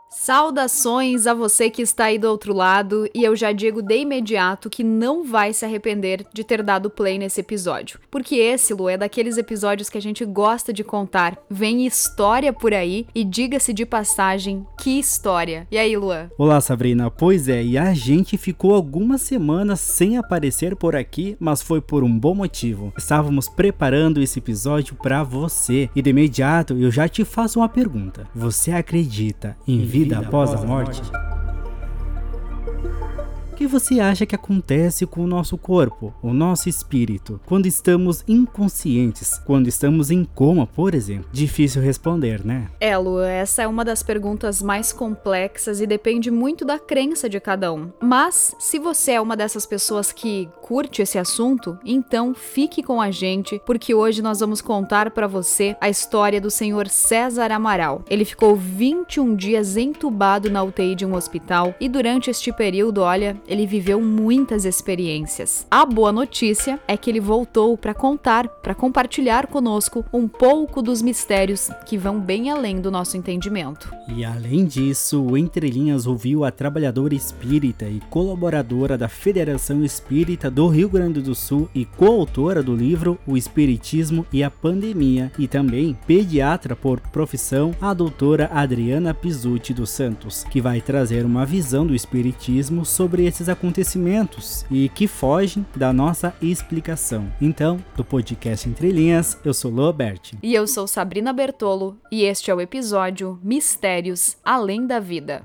Saudações a você que está aí do outro lado, e eu já digo de imediato que não vai se arrepender de ter dado play nesse episódio. Porque esse, Lu, é daqueles episódios que a gente gosta de contar. Vem história por aí e diga-se de passagem, que história. E aí, Luan? Olá, Sabrina. Pois é, e a gente ficou algumas semanas sem aparecer por aqui, mas foi por um bom motivo. Estávamos preparando esse episódio para você. E de imediato eu já te faço uma pergunta. Você acredita em vida após a morte? O que você acha que acontece com o nosso corpo, o nosso espírito, quando estamos inconscientes, quando estamos em coma, por exemplo? Difícil responder, né? Lu, essa é uma das perguntas mais complexas e depende muito da crença de cada um. Mas, se você é uma dessas pessoas que curte esse assunto, então fique com a gente, porque hoje nós vamos contar para você a história do senhor César Amaral. Ele ficou 21 dias entubado na UTI de um hospital e durante este período, olha, ele viveu muitas experiências. A boa notícia é que ele voltou para contar, para compartilhar conosco um pouco dos mistérios que vão bem além do nosso entendimento. E além disso, o Entre Linhas ouviu a trabalhadora espírita e colaboradora da Federação Espírita do Rio Grande do Sul e coautora do livro O Espiritismo e a Pandemia, e também pediatra por profissão, a doutora Adriana Pizzuti dos Santos, que vai trazer uma visão do espiritismo sobre esses acontecimentos e que fogem da nossa explicação. Então, do podcast Entre Linhas, eu sou Loberti. E eu sou Sabrina Bertolo, e este é o episódio Mistérios Além da Vida.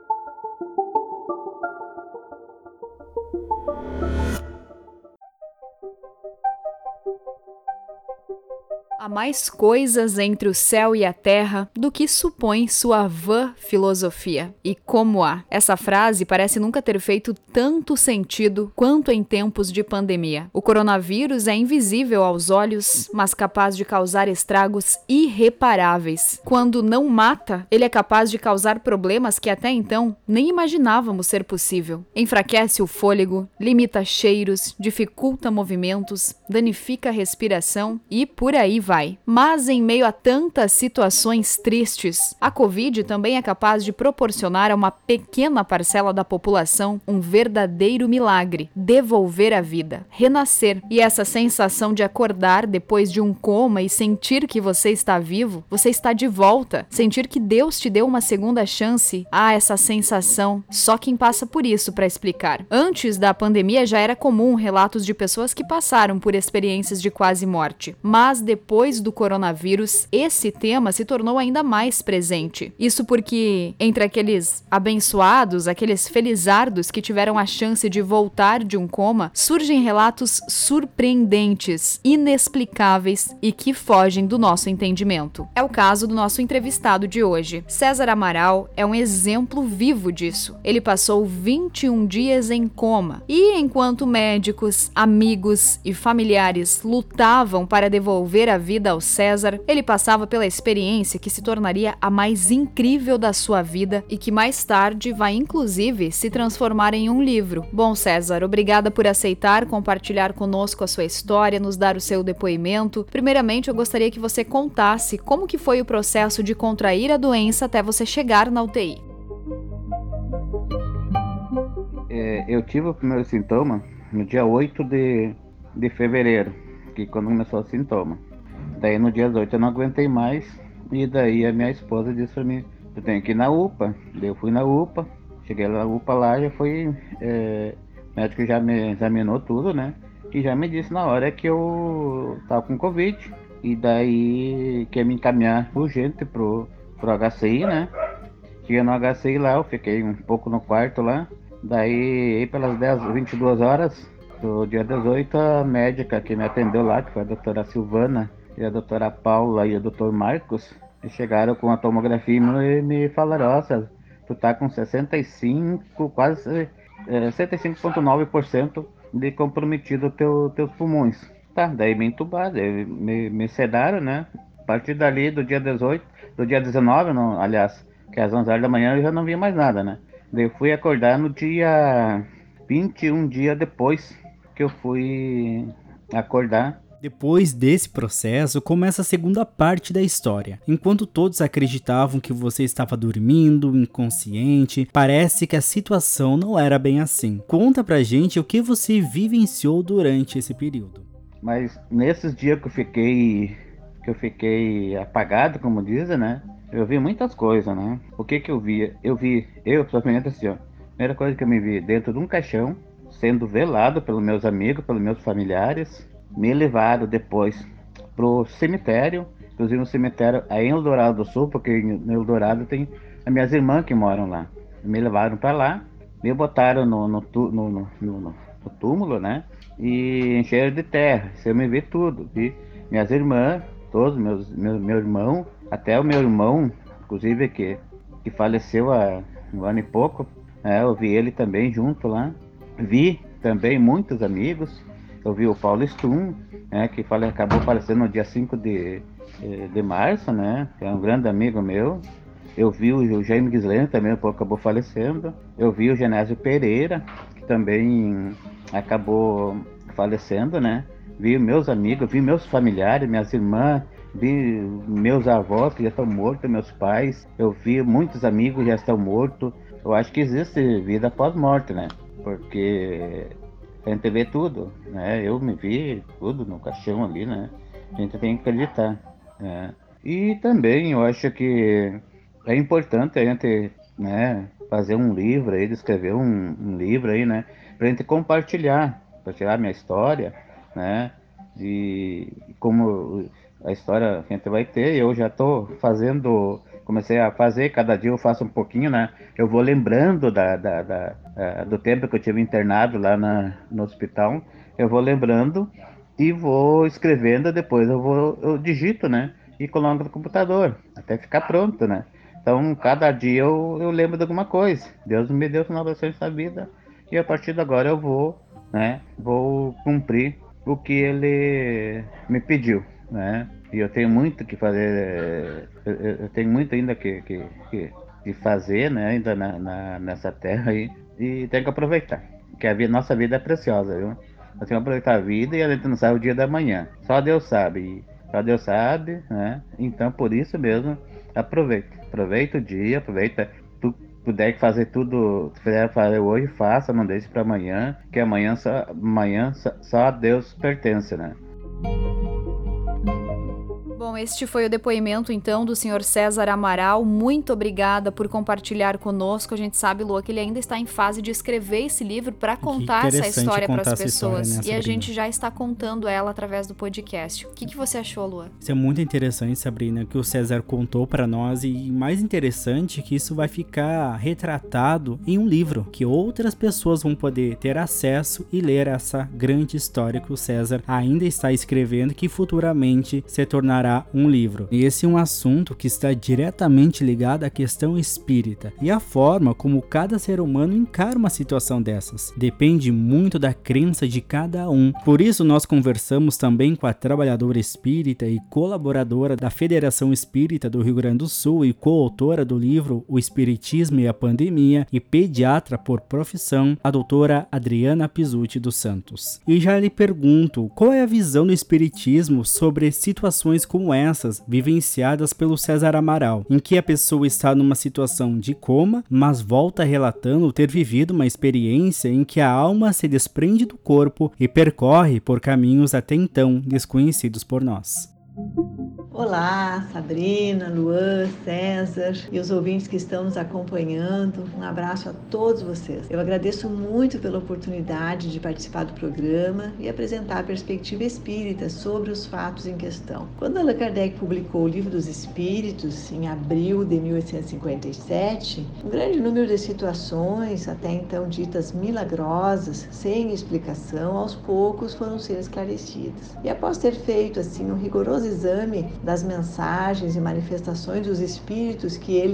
Há mais coisas entre o céu e a terra do que supõe sua vã filosofia. E como há? Essa frase parece nunca ter feito tanto sentido quanto em tempos de pandemia. O coronavírus é invisível aos olhos, mas capaz de causar estragos irreparáveis. Quando não mata, ele é capaz de causar problemas que até então nem imaginávamos ser possível. Enfraquece o fôlego, limita cheiros, dificulta movimentos, danifica a respiração e por aí vai. Mas em meio a tantas situações tristes, a Covid também é capaz de proporcionar a uma pequena parcela da população um verdadeiro milagre, devolver a vida, renascer. E essa sensação de acordar depois de um coma e sentir que você está vivo, você está de volta, sentir que Deus te deu uma segunda chance, essa sensação, só quem passa por isso para explicar. Antes da pandemia já era comum relatos de pessoas que passaram por experiências de quase morte, mas depois do coronavírus, esse tema se tornou ainda mais presente. Isso porque, entre aqueles abençoados, aqueles felizardos que tiveram a chance de voltar de um coma, surgem relatos surpreendentes, inexplicáveis e que fogem do nosso entendimento. É o caso do nosso entrevistado de hoje. César Amaral é um exemplo vivo disso. Ele passou 21 dias em coma e, enquanto médicos, amigos e familiares lutavam para devolver a vida ao César, ele passava pela experiência que se tornaria a mais incrível da sua vida e que mais tarde vai inclusive se transformar em um livro. Bom, César, obrigada por aceitar compartilhar conosco a sua história, nos dar o seu depoimento. Primeiramente, eu gostaria que você contasse como que foi o processo de contrair a doença até você chegar na UTI. Eu tive o primeiro sintoma no dia 8 de fevereiro, que quando começou o sintoma. Daí no dia 8 eu não aguentei mais, e daí a minha esposa disse pra mim, eu tenho que ir na UPA. Daí eu fui na UPA, cheguei na UPA lá, já foi, o médico já me examinou tudo, né? E já me disse na hora que eu tava com Covid, e daí quer me encaminhar urgente pro HCI, né? Cheguei no HCI lá, eu fiquei um pouco no quarto lá, daí pelas 22 horas do dia 18, a médica que me atendeu lá, que foi a doutora Silvana, e a doutora Paula e o doutor Marcos, chegaram com a tomografia e me falaram, nossa, tu tá com 65, quase 75,9% de comprometido teus pulmões. Tá, daí me entubaram, me sedaram, né? A partir dali, do dia 18, do dia 19, não, aliás, que às 11 horas da manhã eu já não via mais nada, né? Daí eu fui acordar no dia 21 dias depois que eu fui acordar Depois desse processo, começa a segunda parte da história. Enquanto todos acreditavam que você estava dormindo, inconsciente, parece que a situação não era bem assim. Conta pra gente o que você vivenciou durante esse período. Mas nesses dias que eu fiquei apagado, como dizem, né? Eu vi muitas coisas, né? O que eu via? Eu pessoalmente assim, ó. Primeira coisa que eu me vi dentro de um caixão, sendo velado pelos meus amigos, pelos meus familiares. Me levaram depois pro cemitério, inclusive um cemitério aí em Eldorado do Sul, porque em Eldorado tem as minhas irmãs que moram lá. Me levaram para lá, me botaram no túmulo, né? E encheram de terra. Você me vê tudo. Vi minhas irmãs, todos meu irmão, até o meu irmão, inclusive que faleceu há um ano e pouco, eu vi ele também junto lá. Vi também muitos amigos. Eu vi o Paulo Stum, que acabou falecendo no dia 5 de março, né? Que é um grande amigo meu. Eu vi o Jaime Guislene também, acabou falecendo. Eu vi o Genésio Pereira, que também acabou falecendo, né? Vi meus amigos, vi meus familiares, minhas irmãs, vi meus avós que já estão mortos, meus pais. Eu vi muitos amigos que já estão mortos. Eu acho que existe vida após morte, né? Porque a gente vê tudo, né? Eu me vi tudo no caixão ali, né? A gente tem que acreditar, né? E também eu acho que é importante a gente, né, fazer um livro aí, escrever um livro aí, né? Pra gente compartilhar minha história, né? E como a história que a gente vai ter, eu já tô comecei a fazer, cada dia eu faço um pouquinho, né? Eu vou lembrando do tempo que eu tive internado lá no hospital, eu vou lembrando e vou escrevendo, depois eu digito, né? E coloco no computador, até ficar pronto, né? Então, cada dia eu lembro de alguma coisa. Deus me deu inovações na vida e a partir de agora eu vou, né? Vou cumprir o que Ele me pediu, né? E eu tenho muito que fazer, eu tenho muito ainda que fazer, né? Ainda nessa terra aí, e tem que aproveitar, que nossa vida é preciosa, viu? Nós temos que aproveitar a vida e a gente não sabe o dia da manhã. Só Deus sabe, né? Então, por isso mesmo, aproveita o dia, aproveita. Tu puder fazer tudo, se puder fazer hoje, faça, não deixe para amanhã, que amanhã só a Deus pertence, né? Bom, este foi o depoimento, então, do Sr. César Amaral. Muito obrigada por compartilhar conosco. A gente sabe, Lua, que ele ainda está em fase de escrever esse livro para contar essa história para as pessoas. História, né, e a gente já está contando ela através do podcast. O que você achou, Lua? Isso é muito interessante, Sabrina, que o César contou para nós, e mais interessante é que isso vai ficar retratado em um livro, que outras pessoas vão poder ter acesso e ler essa grande história que o César ainda está escrevendo, que futuramente se tornará um livro. E esse é um assunto que está diretamente ligado à questão espírita e a forma como cada ser humano encara uma situação dessas. Depende muito da crença de cada um. Por isso nós conversamos também com a trabalhadora espírita e colaboradora da Federação Espírita do Rio Grande do Sul e coautora do livro O Espiritismo e a Pandemia e pediatra por profissão, a doutora Adriana Pizzuti dos Santos. E já lhe pergunto, qual é a visão do espiritismo sobre situações como essas vivenciadas pelo César Amaral, em que a pessoa está numa situação de coma, mas volta relatando ter vivido uma experiência em que a alma se desprende do corpo e percorre por caminhos até então desconhecidos por nós. Olá, Sabrina, Luan, César e os ouvintes que estão nos acompanhando. Um abraço a todos vocês. Eu agradeço muito pela oportunidade de participar do programa e apresentar a perspectiva espírita sobre os fatos em questão. Quando Allan Kardec publicou o Livro dos Espíritos, em abril de 1857, um grande número de situações, até então ditas milagrosas, sem explicação, aos poucos foram ser esclarecidas. E após ter feito um rigoroso exame das mensagens e manifestações dos espíritos que ele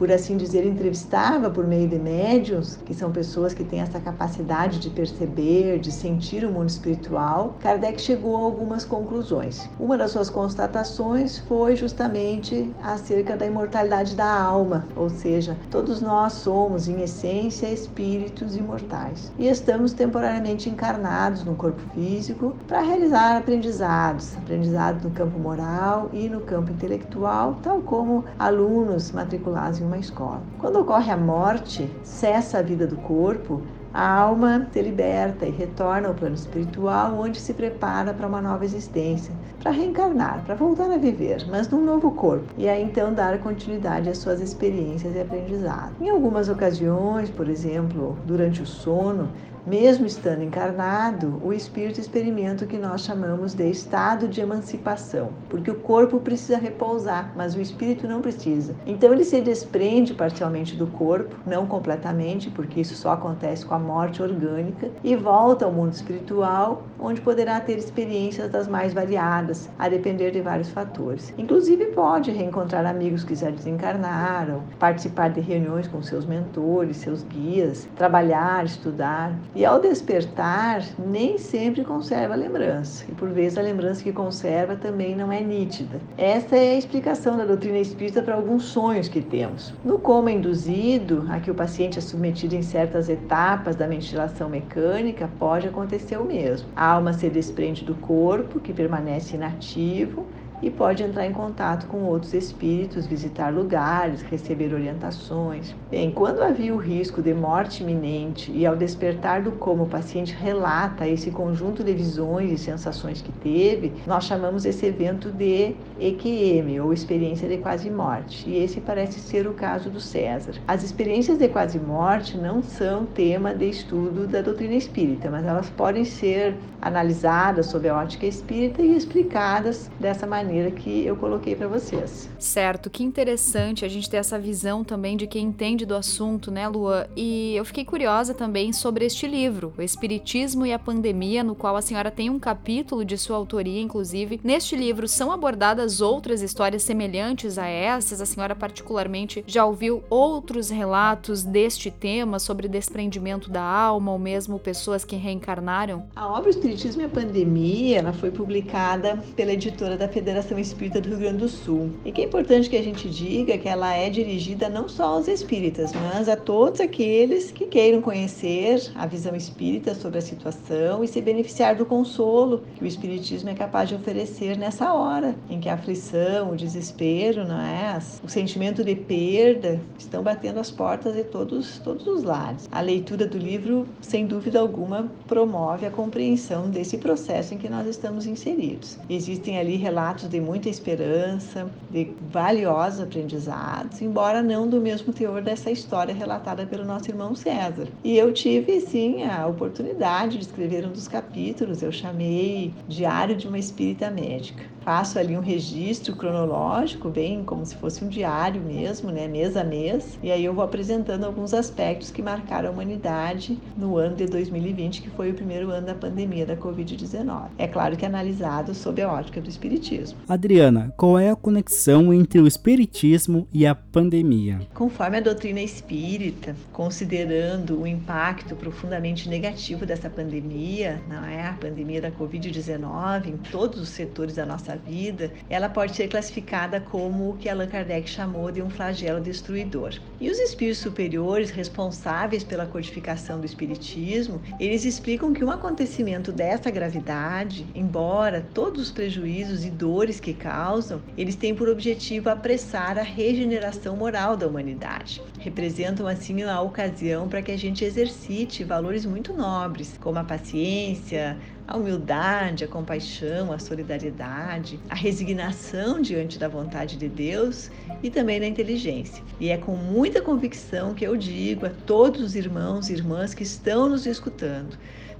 por assim dizer, entrevistava por meio de médiuns, que são pessoas que têm essa capacidade de perceber, de sentir o mundo espiritual, Kardec chegou a algumas conclusões. Uma das suas constatações foi justamente acerca da imortalidade da alma, ou seja, todos nós somos, em essência, espíritos imortais e estamos temporariamente encarnados no corpo físico para realizar aprendizados no campo moral e no campo intelectual, tal como alunos matriculados em uma escola. Quando ocorre a morte, cessa a vida do corpo, a alma se liberta e retorna ao plano espiritual, onde se prepara para uma nova existência, para reencarnar, para voltar a viver, mas num novo corpo, e aí então dar continuidade às suas experiências e aprendizados. Em algumas ocasiões, por exemplo, durante o sono, mesmo estando encarnado, o espírito experimenta o que nós chamamos de estado de emancipação, porque o corpo precisa repousar, mas o espírito não precisa. Então ele se desprende parcialmente do corpo, não completamente, porque isso só acontece com a morte orgânica, e volta ao mundo espiritual, onde poderá ter experiências das mais variadas, a depender de vários fatores. Inclusive pode reencontrar amigos que já desencarnaram, participar de reuniões com seus mentores, seus guias, trabalhar, estudar. E ao despertar, nem sempre conserva a lembrança. E por vezes a lembrança que conserva também não é nítida. Essa é a explicação da doutrina espírita para alguns sonhos que temos. No coma induzido, a que o paciente é submetido em certas etapas da ventilação mecânica, pode acontecer o mesmo. A alma se desprende do corpo, que permanece inativo, e pode entrar em contato com outros espíritos, visitar lugares, receber orientações. Bem, quando havia o risco de morte iminente e ao despertar do coma o paciente relata esse conjunto de visões e sensações que teve, nós chamamos esse evento de EQM, ou experiência de quase-morte, e esse parece ser o caso do César. As experiências de quase-morte não são tema de estudo da doutrina espírita, mas elas podem ser analisadas sob a ótica espírita e explicadas dessa maneira que eu coloquei para vocês. Certo, que interessante a gente ter essa visão também de quem entende do assunto, né, Luan? E eu fiquei curiosa também sobre este livro, O Espiritismo e a Pandemia, no qual a senhora tem um capítulo de sua autoria, inclusive. Neste livro são abordadas outras histórias semelhantes a essas? A senhora particularmente já ouviu outros relatos deste tema sobre desprendimento da alma ou mesmo pessoas que reencarnaram? A obra Espiritismo e a Pandemia, ela foi publicada pela editora da Federação Espírita do Rio Grande do Sul. E que é importante que a gente diga que ela é dirigida não só aos espíritas, mas a todos aqueles que queiram conhecer a visão espírita sobre a situação e se beneficiar do consolo que o espiritismo é capaz de oferecer nessa hora em que a aflição, o desespero, não é? O sentimento de perda estão batendo as portas de todos os lares. A leitura do livro, sem dúvida alguma, promove a compreensão desse processo em que nós estamos inseridos. Existem ali relatos de muita esperança, de valiosos aprendizados, embora não do mesmo teor dessa história relatada pelo nosso irmão César. E eu tive, sim, a oportunidade de escrever um dos capítulos, eu chamei Diário de uma Espírita Médica. Faço ali um registro cronológico, bem como se fosse um diário mesmo, né, mês a mês, e aí eu vou apresentando alguns aspectos que marcaram a humanidade no ano de 2020, que foi o primeiro ano da pandemia da Covid-19. É claro que analisado sob a ótica do Espiritismo. Adriana, qual é a conexão entre o Espiritismo e a pandemia? Conforme a doutrina espírita, considerando o impacto profundamente negativo dessa pandemia, não é? A pandemia da Covid-19 em todos os setores da nossa vida, ela pode ser classificada como o que Allan Kardec chamou de um flagelo destruidor. E os espíritos superiores responsáveis pela codificação do espiritismo, eles explicam que um acontecimento dessa gravidade, embora todos os prejuízos e dores que causam, eles têm por objetivo apressar a regeneração moral da humanidade. Representam assim a ocasião para que a gente exercite valores muito nobres, como a paciência, a humildade, a compaixão, a solidariedade, a resignação diante da vontade de Deus e também da inteligência. E é com muita convicção que eu digo a todos os irmãos e irmãs que estão nos escutando: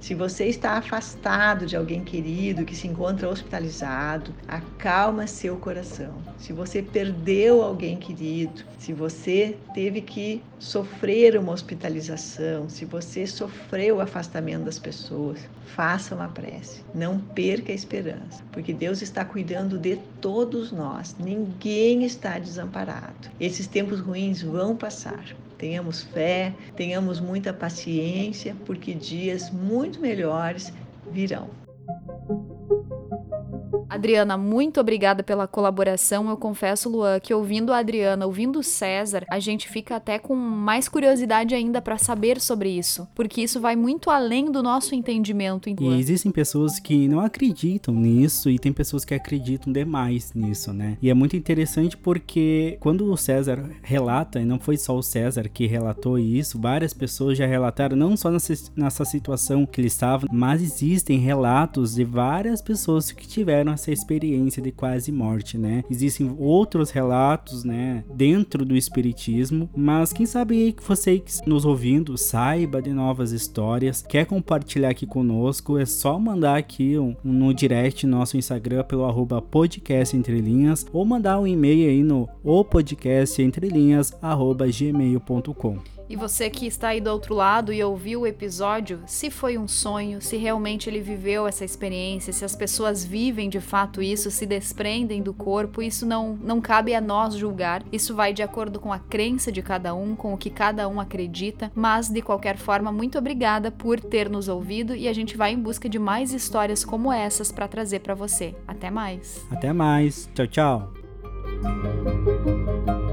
Se você está afastado de alguém querido que se encontra hospitalizado, acalma seu coração. Se você perdeu alguém querido, se você teve que sofrer uma hospitalização, se você sofreu o afastamento das pessoas, faça uma prece. Não perca a esperança, porque Deus está cuidando de todos nós. Ninguém está desamparado. Esses tempos ruins vão passar. Tenhamos fé, tenhamos muita paciência, porque dias muito melhores virão. Adriana, muito obrigada pela colaboração. Eu confesso, Luan, que ouvindo a Adriana, ouvindo o César, a gente fica até com mais curiosidade ainda para saber sobre isso, porque isso vai muito além do nosso entendimento. E existem pessoas que não acreditam nisso e tem pessoas que acreditam demais nisso, né? E é muito interessante porque quando o César relata, e não foi só o César que relatou isso, várias pessoas já relataram, não só nessa situação que ele estava, mas existem relatos de várias pessoas que tiveram essa experiência de quase morte, né? Existem outros relatos, né, dentro do espiritismo, mas quem sabe aí que você que nos ouvindo saiba de novas histórias, quer compartilhar aqui conosco, é só mandar aqui no direct nosso Instagram pelo @podcastentrelinhas ou mandar um e-mail aí no podcastentrelinhas@gmail.com. E você que está aí do outro lado e ouviu o episódio, se foi um sonho, se realmente ele viveu essa experiência, se as pessoas vivem de fato isso, se desprendem do corpo, isso não cabe a nós julgar. Isso vai de acordo com a crença de cada um, com o que cada um acredita, mas de qualquer forma, muito obrigada por ter nos ouvido e a gente vai em busca de mais histórias como essas para trazer para você. Até mais. Até mais. Tchau, tchau.